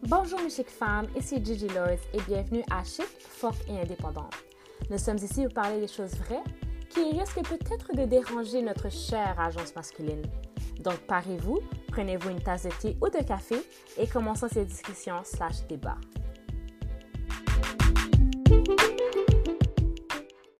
Bonjour mes chic femmes, ici Gigi Lois et bienvenue à Chic, Forte et Indépendante. Nous sommes ici pour parler des choses vraies qui risquent peut-être de déranger notre chère agence masculine. Donc parez-vous, prenez-vous une tasse de thé ou de café et commençons cette discussion/débat.